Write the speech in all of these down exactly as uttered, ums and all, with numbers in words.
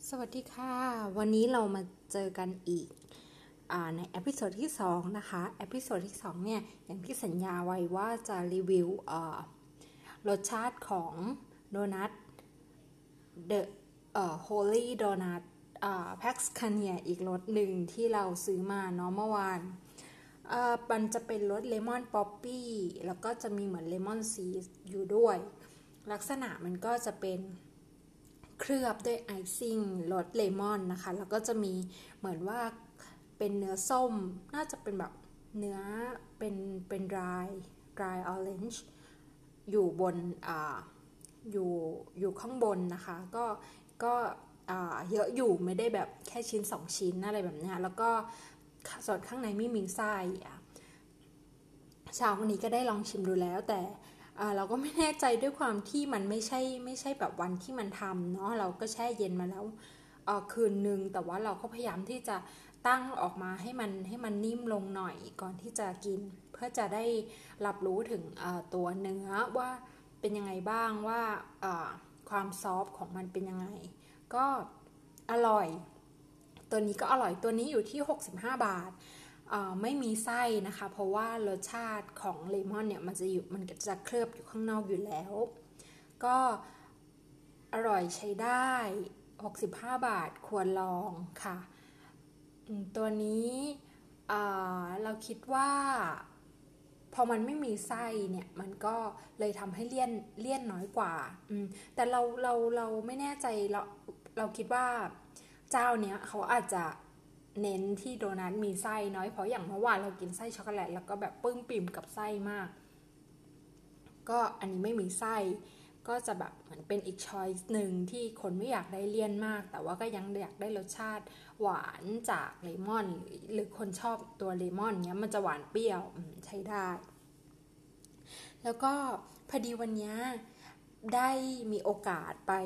สวัสดีค่ะวันนี้เรามาเจอกันอีกอในเอพิโซดที่สองนะคะเอพิโซดที่สองเนี่ยอย่างที่สัญญาไว้ว่าจะรีวิวรสชาติของโดนัท The เอ่อ Holy Donut อ่า Paxcania อีกรสหนึ่งที่เราซื้อมาเนาะเมื่อวานมันจะเป็นรสเลมอนป๊อปปี้แล้วก็จะมีเหมือนเลมอนซีสอยู่ด้วยลักษณะมันก็จะเป็นเคลือบด้วยไอซิ่งรสเลมอนนะคะแล้วก็จะมีเหมือนว่าเป็นเนื้อส้มน่าจะเป็นแบบเนื้อเป็นเป็น dry dry orange อยู่บนอ่าอยู่อยู่ข้างบนนะคะก็ก็เยอะอยู่ไม่ได้แบบแค่ชิ้นสองชิ้นอะไรแบบนี้แล้วก็ส่วนข้างในไม่มีไส้เช้าวันนี้ก็ได้ลองชิมดูแล้วแต่เราก็ไม่แน่ใจด้วยความที่มันไม่ใช่ไม่ใช่แบบวันที่มันทำเนาะเราก็แช่เย็นมาแล้วคืนนึงแต่ว่าเราก็พยายามที่จะตั้งออกมาให้มันให้มันนิ่มลงหน่อยก่อนที่จะกินเพื่อจะได้รับรู้ถึงตัวเนื้อว่าเป็นยังไงบ้างว่าความซอฟต์ของมันเป็นยังไงก็อร่อยตัวนี้ก็อร่อยตัวนี้อยู่ที่หกสิบห้าบาทไม่มีไส้นะคะเพราะว่ารสชาติของเลมอนเนี่ยมันจะอยู่มันจะเคลือบอยู่ข้างนอกอยู่แล้วก็อร่อยใช้ได้หกสิบห้าบาทควรลองค่ะตัวนี้เราคิดว่าพอมันไม่มีไส้เนี่ยมันก็เลยทำให้เลี่ยนเลี่ยนน้อยกว่าแต่เราเราเราไม่แน่ใจเราเราคิดว่าเจ้าเนี้ยเขาอาจจะเน้นที่โดนัทมีไส้น้อยเพราะอย่างเมื่อวานเรากินไส้ช็อกโกแลตแล้วก็แบบปึ้งปิ่มกับไส้มากก็อันนี้ไม่มีไส้ก็จะแบบเหมือนเป็นอีกช้อยส์หนึ่งที่คนไม่อยากได้เลี่ยนมากแต่ว่าก็ยังอยากได้รสชาติหวานจากเลมอนหรือคนชอบตัวเลมอนเนี้ยมันจะหวานเปรี้ยวใช้ได้แล้วก็พอดีวันนี้ได้มีโอกาสไป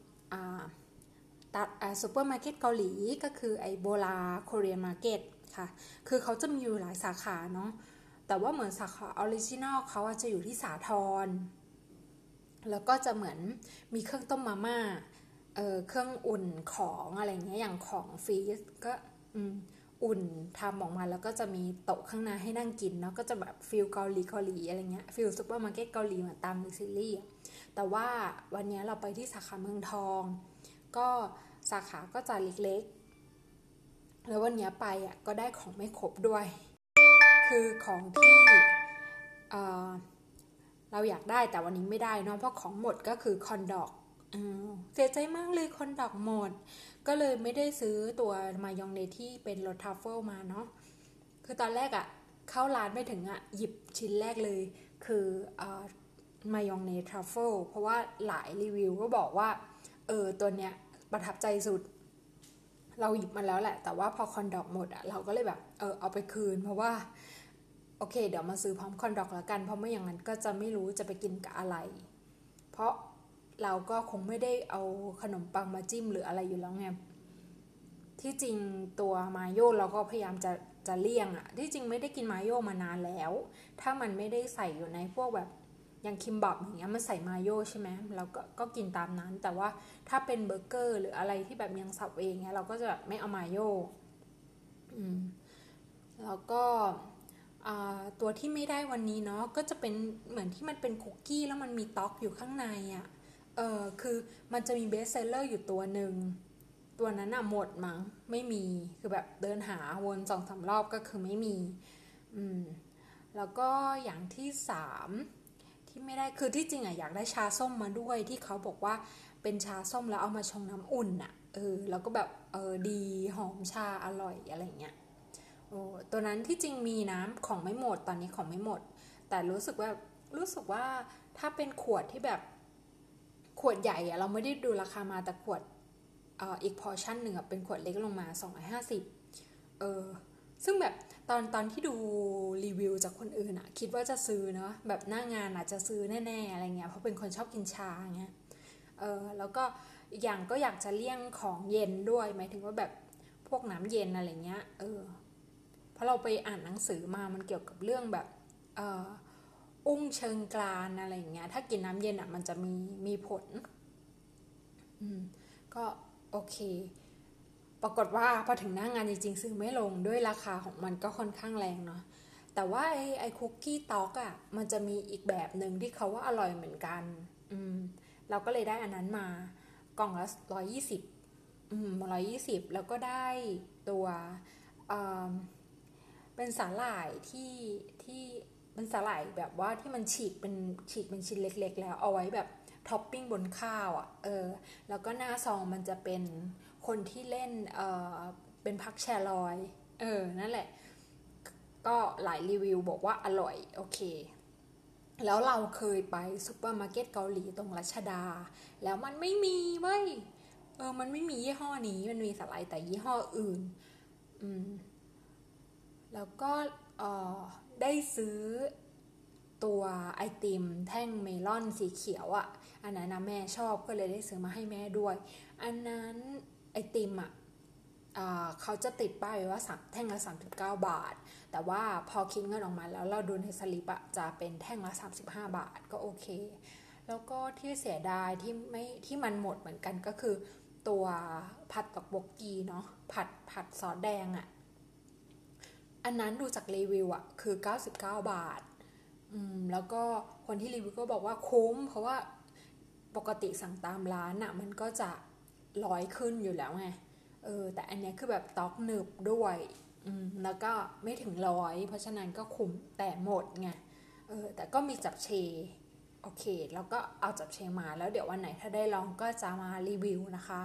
ตัดซูเปอร์มาร์เก็ตเกาหลีก็คือไอโบลาโคเรียนมาร์เก็ตค่ะคือเขาจะมีอยู่หลายสาขาเนาะแต่ว่าเหมือนสาขาออริจินัลเขาจะอยู่ที่สาทรแล้วก็จะเหมือนมีเครื่องต้มมาม่าเอ่อเครื่องอุ่นของอะไรเงี้ยอย่างของฟรีซก็อุ่นทำออกมาแล้วก็จะมีโต๊ะข้างหน้าให้นั่งกินเนาะก็จะแบบฟิลเกาหลีเกาหลีอะไรเงี้ยฟิลซูเปอร์มาร์เก็ตเกาหลีเหมือนตามในซีรีส์แต่ว่าวันนี้เราไปที่สาขาเมืองทองก็สาขาก็จะเล็กๆแล้ววันนี้ไปอ่ะก็ได้ของไม่ครบด้วยคือของที่เอ่อเราอยากได้แต่วันนี้ไม่ได้เนาะเพราะของหมดก็คือคอนดอกเสียใจมากเลยคอนดอกหมดก็เลยไม่ได้ซื้อตัวมายองเนสที่เป็นรสทรัฟเฟิลมาเนาะคือตอนแรกอะเข้าร้านไปถึงอะหยิบชิ้นแรกเลยคือมายองเนสทรัฟเฟิลเพราะว่าหลายรีวิวก็บอกว่าเออตัวเนี้ยประทับใจสุดเราหยิบมาแล้วแหละแต่ว่าพอคอนดอกหมดอะเราก็เลยแบบเออเอาไปคืนเพราะว่าโอเคเดี๋ยวมาซื้อพร้อมคอนดอกแล้วกันเพราะไม่อย่างนั้นก็จะไม่รู้จะไปกินกับอะไรเพราะเราก็คงไม่ได้เอาขนมปังมาจิ้มหรืออะไรอยู่แล้วไงที่จริงตัวมาโย่เราก็พยายามจะจะเลี่ยงอะที่จริงไม่ได้กินมาโย่มานานแล้วถ้ามันไม่ได้ใส่อยู่ในพวกแบบอย่างคิมบับอย่างเงี้ยมันใส่มาโย่ใช่ไหมเราก็ก็กินตามนั้นแต่ว่าถ้าเป็นเบอร์เกอร์หรืออะไรที่แบบยังสับเองเงี้ยเราก็จะแบบไม่เอามาโย่อืมแล้วก็ตัวที่ไม่ได้วันนี้เนาะก็จะเป็นเหมือนที่มันเป็นคุกกี้แล้วมันมีต๊อกอยู่ข้างในอะเออคือมันจะมีเบสเซลเลอร์อยู่ตัวหนึ่งตัวนั้นอะหมดมั้งไม่มีคือแบบเดินหาวนสองสามรอบก็คือไม่มีอืมแล้วก็อย่างที่สามที่ไม่ได้คือที่จริงอะอยากได้ชาส้มมาด้วยที่เขาบอกว่าเป็นชาส้มแล้วเอามาชงน้ำอุ่นอะเออแล้วก็แบบเออดีหอมชาอร่อยอะไรเงี้ยโอ้ตัวนั้นที่จริงมีน้ำของไม่หมดตอนนี้ของไม่หมดแต่รู้สึกว่ารู้สึกว่าถ้าเป็นขวดที่แบบขวดใหญ่อะเราไม่ได้ดูราคามาแต่ขวดอีกพอร์ชั่นหนึ่งเป็นขวดเล็กลงมาสองร้อยห้าสิบเออซึ่งแบบตอนตอนที่ดูรีวิวจากคนอื่นอะคิดว่าจะซื้อเนาะแบบหน้างานอาจจะซื้อแน่ๆอะไรเงี้ยเพราะเป็นคนชอบกินชาเงี้ยเออแล้วก็อีกอย่างก็อยากจะเลี่ยงของเย็นด้วยหมายถึงว่าแบบพวกน้ำเย็นอะไรเงี้ยเออเพราะเราไปอ่านหนังสือมามันเกี่ยวกับเรื่องแบบเอออุ้งเชิงกรานอะไรเงี้ยถ้ากินน้ำเย็นอะมันจะมีมีผลอืมก็โอเคปรากฏว่าพอถึงหน้างานจริงๆซื้อไม่ลงด้วยราคาของมันก็ค่อนข้างแรงเนาะแต่ว่าไอ้ไอ้คุกกี้ต๊อกอ่ะมันจะมีอีกแบบหนึ่งที่เขาว่าอร่อยเหมือนกันอืมเราก็เลยได้อันนั้นมากล่องละร้อยยี่สิบอืมร้อยยี่สิบแล้วก็ได้ตัวเอ่อเป็นสาหร่ายที่ที่เป็นสาหร่ายแบบว่าที่มันฉีกเป็นฉีกเป็นชิ้นเล็กๆแล้วเอาไว้แบบท็อปปิ้งบนข้าวอ่ะเออแล้วก็หน้าซองมันจะเป็นคนที่เล่นเออเป็นพักแชร์ลอยเออนั่นแหละก็หลายรีวิวบอกว่าอร่อยโอเคแล้วเราเคยไปซูเปอร์มาร์เก็ตเกาหลีตรงรัชดาแล้วมันไม่มีเว้ยเออมันไม่มียี่ห้อนี้มันมีสาหร่ายแต่ยี่ห้ออื่นอืม แล้วก็ได้ซื้อตัวไอติมแท่งเมลอนสีเขียวอ่ะอันนั้นนะแม่ชอบก็เลยได้ซื้อมาให้แม่ด้วยอันนั้นไอติมอ่ะเขาจะติดป้ายไว้ว่าแท่งละสามสิบเก้าบาทแต่ว่าพอคิดเงินออกมาแล้วเราดูในสลิปอ่ะจะเป็นแท่งละสามสิบห้าบาทก็โอเคแล้วก็ที่เสียดายที่ไม่ที่มันหมดเหมือนกันก็คือตัวผัดตอกบกกีเนาะผัดผัดซอสแดงอ่ะอันนั้นดูจากรีวิวอะคือเก้าสิบเก้าบาทอืมแล้วก็คนที่รีวิวก็บอกว่าคุ้มเพราะว่าปกติสั่งตามร้านอะมันก็จะร้อยขึ้นอยู่แล้วไงเออแต่อันนี้คือแบบต๊อกหนึบด้วยอืมแล้วก็ไม่ถึงร้อยเพราะฉะนั้นก็คุ้มแต่หมดไงเออแต่ก็มีจับเชโอเคแล้วก็เอาจับเชมาแล้วเดี๋ยววันไหนถ้าได้ลองก็จะมารีวิวนะคะ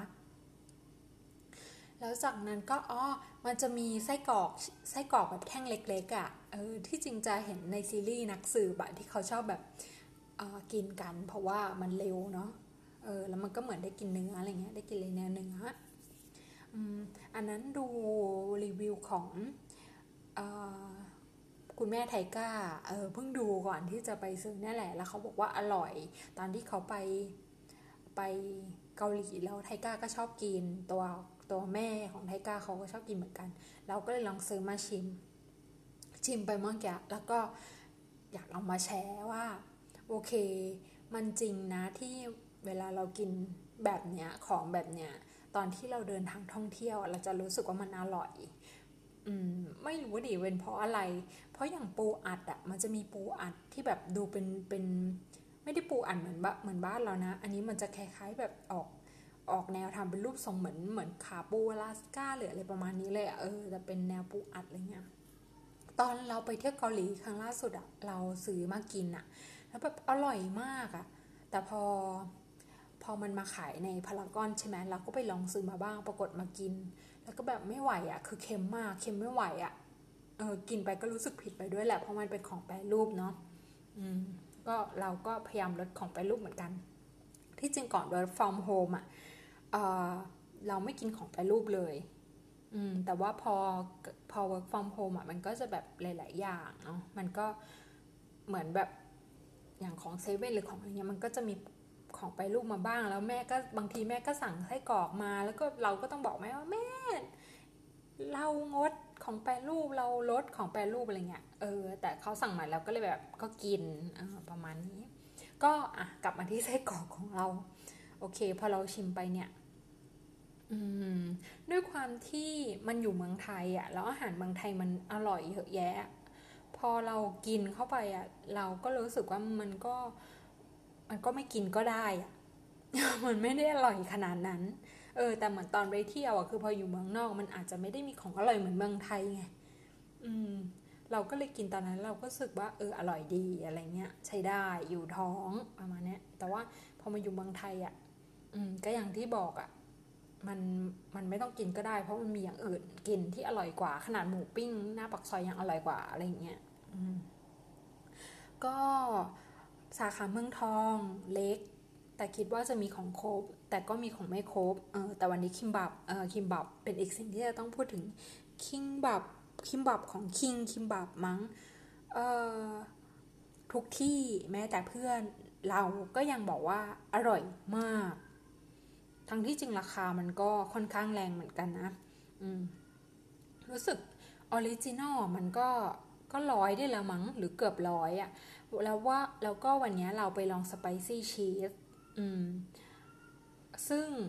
แล้วจากนั้นก็อ๋อมันจะมีไส้กรอกไส้กรอกแบบแท่งเล็กๆอ่ะเออที่จริงจะเห็นในซีรีส์นักสืบอะที่เขาชอบแบบกินกันเพราะว่ามันเร็วเนาะเออแล้วมันก็เหมือนได้กินเนื้ออะไรเงี้ยได้กินเลยเนื้อเนื้ออืมอันนั้นดูรีวิวของเอ่อคุณแม่ไทก้าเออเพิ่งดูก่อนที่จะไปซื้อนี่แหละแล้วเขาบอกว่าอร่อยตอนที่เขาไปไปเกาหลีแล้วไทก้าก็ชอบกินตัวตัวแม่ของไทก้าเขาก็ชอบกินเหมือนกันเราก็เลยลองซื้อมาชิมชิมไปเมื่อกี้แล้วก็อยากเอามาแชร์ว่าโอเคมันจริงนะที่เวลาเรากินแบบเนี้ยของแบบเนี้ยตอนที่เราเดินทางท่องเที่ยวเราจะรู้สึกว่ามันอร่อยอืมไม่รู้ดิเป็นเพราะอะไรเพราะอย่างปูอัดอะมันจะมีปูอัดที่แบบดูเป็นเป็นไม่ได้ปูอัดเหมือนบเหมือนบ้านเรานะอันนี้มันจะคล้ายๆแบบออกออกแนวทำเป็นรูปทรงเหมือนเหมือนขาปูอลาสก้าหรืออะไรประมาณนี้เลยอะเออแต่เป็นแนวปูอัดอะไรเงี้ยตอนเราไปเที่ยวเกาหลีครั้งล่าสุดอะเราซื้อมากินอะแล้วแบบอร่อยมากอะแต่พอพอมันมาขายในพารากอนใช่ไหมเราก็ไปลองซื้อมาบ้างปรากฏมากินแล้วก็แบบไม่ไหวอ่ะคือเค็มมากเค็มไม่ไหวอ่ะเออกินไปก็รู้สึกผิดไปด้วยแหละเพราะมันเป็นของแปรรูปเนาะอืมก็เราก็พยายามลดของแปรรูปเหมือนกันที่จริงก่อน work from home อ่ะเออเราไม่กินของแปรรูปเลยอืมแต่ว่าพอพอ work from home อ่ะมันก็จะแบบหลายๆอย่างเนาะมันก็เหมือนแบบอย่างของเซเว่นหรือของอะไรเงี้ยมันก็จะมีของไปลูกมาบ้างแล้วแม่ก็บางทีแม่ก็สั่งไส้กรอกมาแล้วก็เราก็ต้องบอกแม่ว่าแม่เรางดของแปรรูปเราลดของแปรรูปอะไรเงี้ยเออแต่เขาสั่งมาแล้วก็เลยแบบก็กินประมาณนี้ก็อ่ะกลับมาที่ไส้กรอกของเราโอเคพอเราชิมไปเนี่ยอืมด้วยความที่มันอยู่เมืองไทยอ่ะแล้วอาหารเมืองไทยมันอร่อยเยอะแยะพอเรากินเข้าไปอ่ะเราก็รู้สึกว่ามันก็มันก็ไม่กินก็ได้อ่ะ มันไม่ได้อร่อยขนาดนั้นเออแต่เหมือนตอนไปเที่ยวอ่ะคือพออยู่เมืองนอกมันอาจจะไม่ได้มีของอร่อยเหมือนเมืองไทยไงอืมเราก็เลยกินตอนนั้นเราก็รู้สึกว่าเอออร่อยดีอะไรเงี้ยใช้ได้อยู่ท้องประมาณเนี้ยแต่ว่าพอมาอยู่เมืองไทยอ่ะอืมก็อย่างที่บอกอ่ะมันมันไม่ต้องกินก็ได้เพราะมันมีอย่างอื่นกินที่อร่อยกว่าขนาดหมูปิ้งหน้าปากซอยยังอร่อยกว่าอะไรเงี้ยอืมก็สาขาเมืองทองเล็ก แต่คิดว่าจะมีของครบแต่ก็มีของไม่ครบเออแต่วันนี้คิมบับเออคิมบับเป็นอีกสิ่งที่จะต้องพูดถึงคิมบับคิมบับของคิงคิมบับมั้งเออทุกที่แม้แต่เพื่อนเราก็ยังบอกว่าอร่อยมากทั้งที่จริงราคามันก็ค่อนข้างแรงเหมือนกันนะอืมรู้สึกออริจินอลมันก็ก็ร้อยได้แล้วมั้งหรือเกือบร้อยอะแล้วว่าแล้วก็วันนี้เราไปลองสไปซี่ชีสอืม ซึ่ง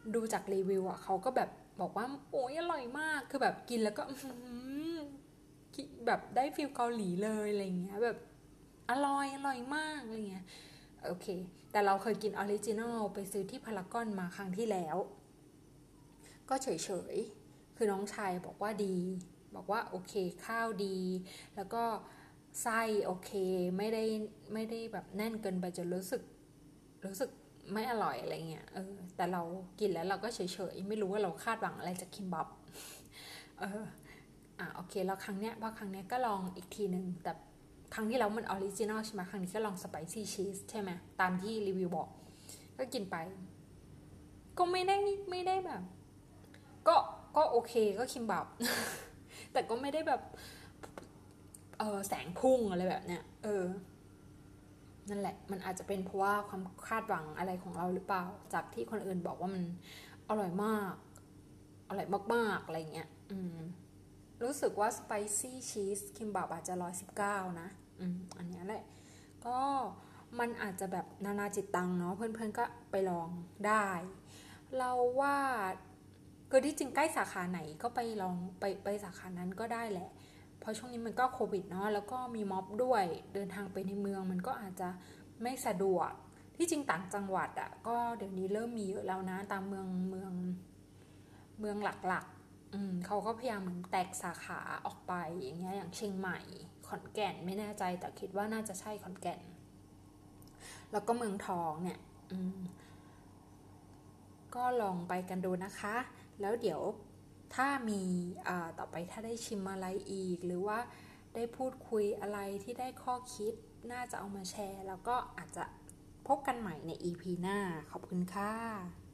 ดูจากรีวิวอ่ะเขาก็แบบบอกว่าโอ้ยอร่อยมากคือแบบกินแล้วก็แบบได้ฟีลเกาหลีเลยอะไรเงี้ยแบบอร่อยอร่อยมากอะไรเงี้ยโอเคแต่เราเคยกินออริจินอลไปซื้อที่พารากอนมาครั้งที่แล้วก็เฉยๆคือน้องชายบอกว่าดีบอกว่าโอเคข้าวดีแล้วก็ไส้โอเคไม่ได้ไม่ได้แบบแน่นเกินไปจนรู้สึกรู้สึกไม่อร่อยอะไรเงี้ยเออแต่เรากินแล้วเราก็เฉยๆไม่รู้ว่าเราคาดหวังอะไรจากคิมบับเอออ่ะโอเคแล้วครั้งเนี้ยพอครั้งเนี้ยก็ลองอีกทีหนึ่งแต่ครั้งที่แล้วมันออริจินอลใช่ไหมครั้งนี้ก็ลองสไปซี่ชีสใช่ไหมตามที่รีวิวบอกก็กินไปก็ไม่ได้ไม่ได้แบบก็ก็โอเคก็คิมบับแต่ก็ไม่ได้แบบเออแสงพุ่งอะไรแบบเนี้ยเออนั่นแหละมันอาจจะเป็นเพราะว่าความคาดหวังอะไรของเราหรือเปล่าจากที่คนอื่นบอกว่ามันอร่อยมากอร่อยมากๆอะไรเงี้ยอืมรู้สึกว่าสไปซี่ชีสคิมบับอาจจะร้อยสิบเก้านะอืมอันนี้แหละก็มันอาจจะแบบนานาจิตตังเนาะเพื่อนๆก็ไปลองได้เราว่าก็ที่จริงใกล้สาขาไหนก็ไปลองไปไปสาขานั้นก็ได้แหละเพราะช่วงนี้มันก็โควิดเนาะแล้วก็มีม็อบด้วยเดินทางไปในเมืองมันก็อาจจะไม่สะดวกที่จริงต่างจังหวัดอ่ะก็เดี๋ยวนี้เริ่มมีเยอะแล้วนะตามเมืองเมืองเมืองหลักๆอืมเขาก็พยายามเหมือนแตกสาขาออกไปอย่างเงี้ยอย่างเชียงใหม่ขอนแก่นไม่แน่ใจแต่คิดว่าน่าจะใช่ขอนแก่นแล้วก็เมืองทองเนี่ยอืมก็ลองไปกันดูนะคะแล้วเดี๋ยวถ้ามีต่อไปถ้าได้ชิมอะไรอีกหรือว่าได้พูดคุยอะไรที่ได้ข้อคิดน่าจะเอามาแชร์แล้วก็อาจจะพบกันใหม่ใน อี พี หน้าขอบคุณค่ะ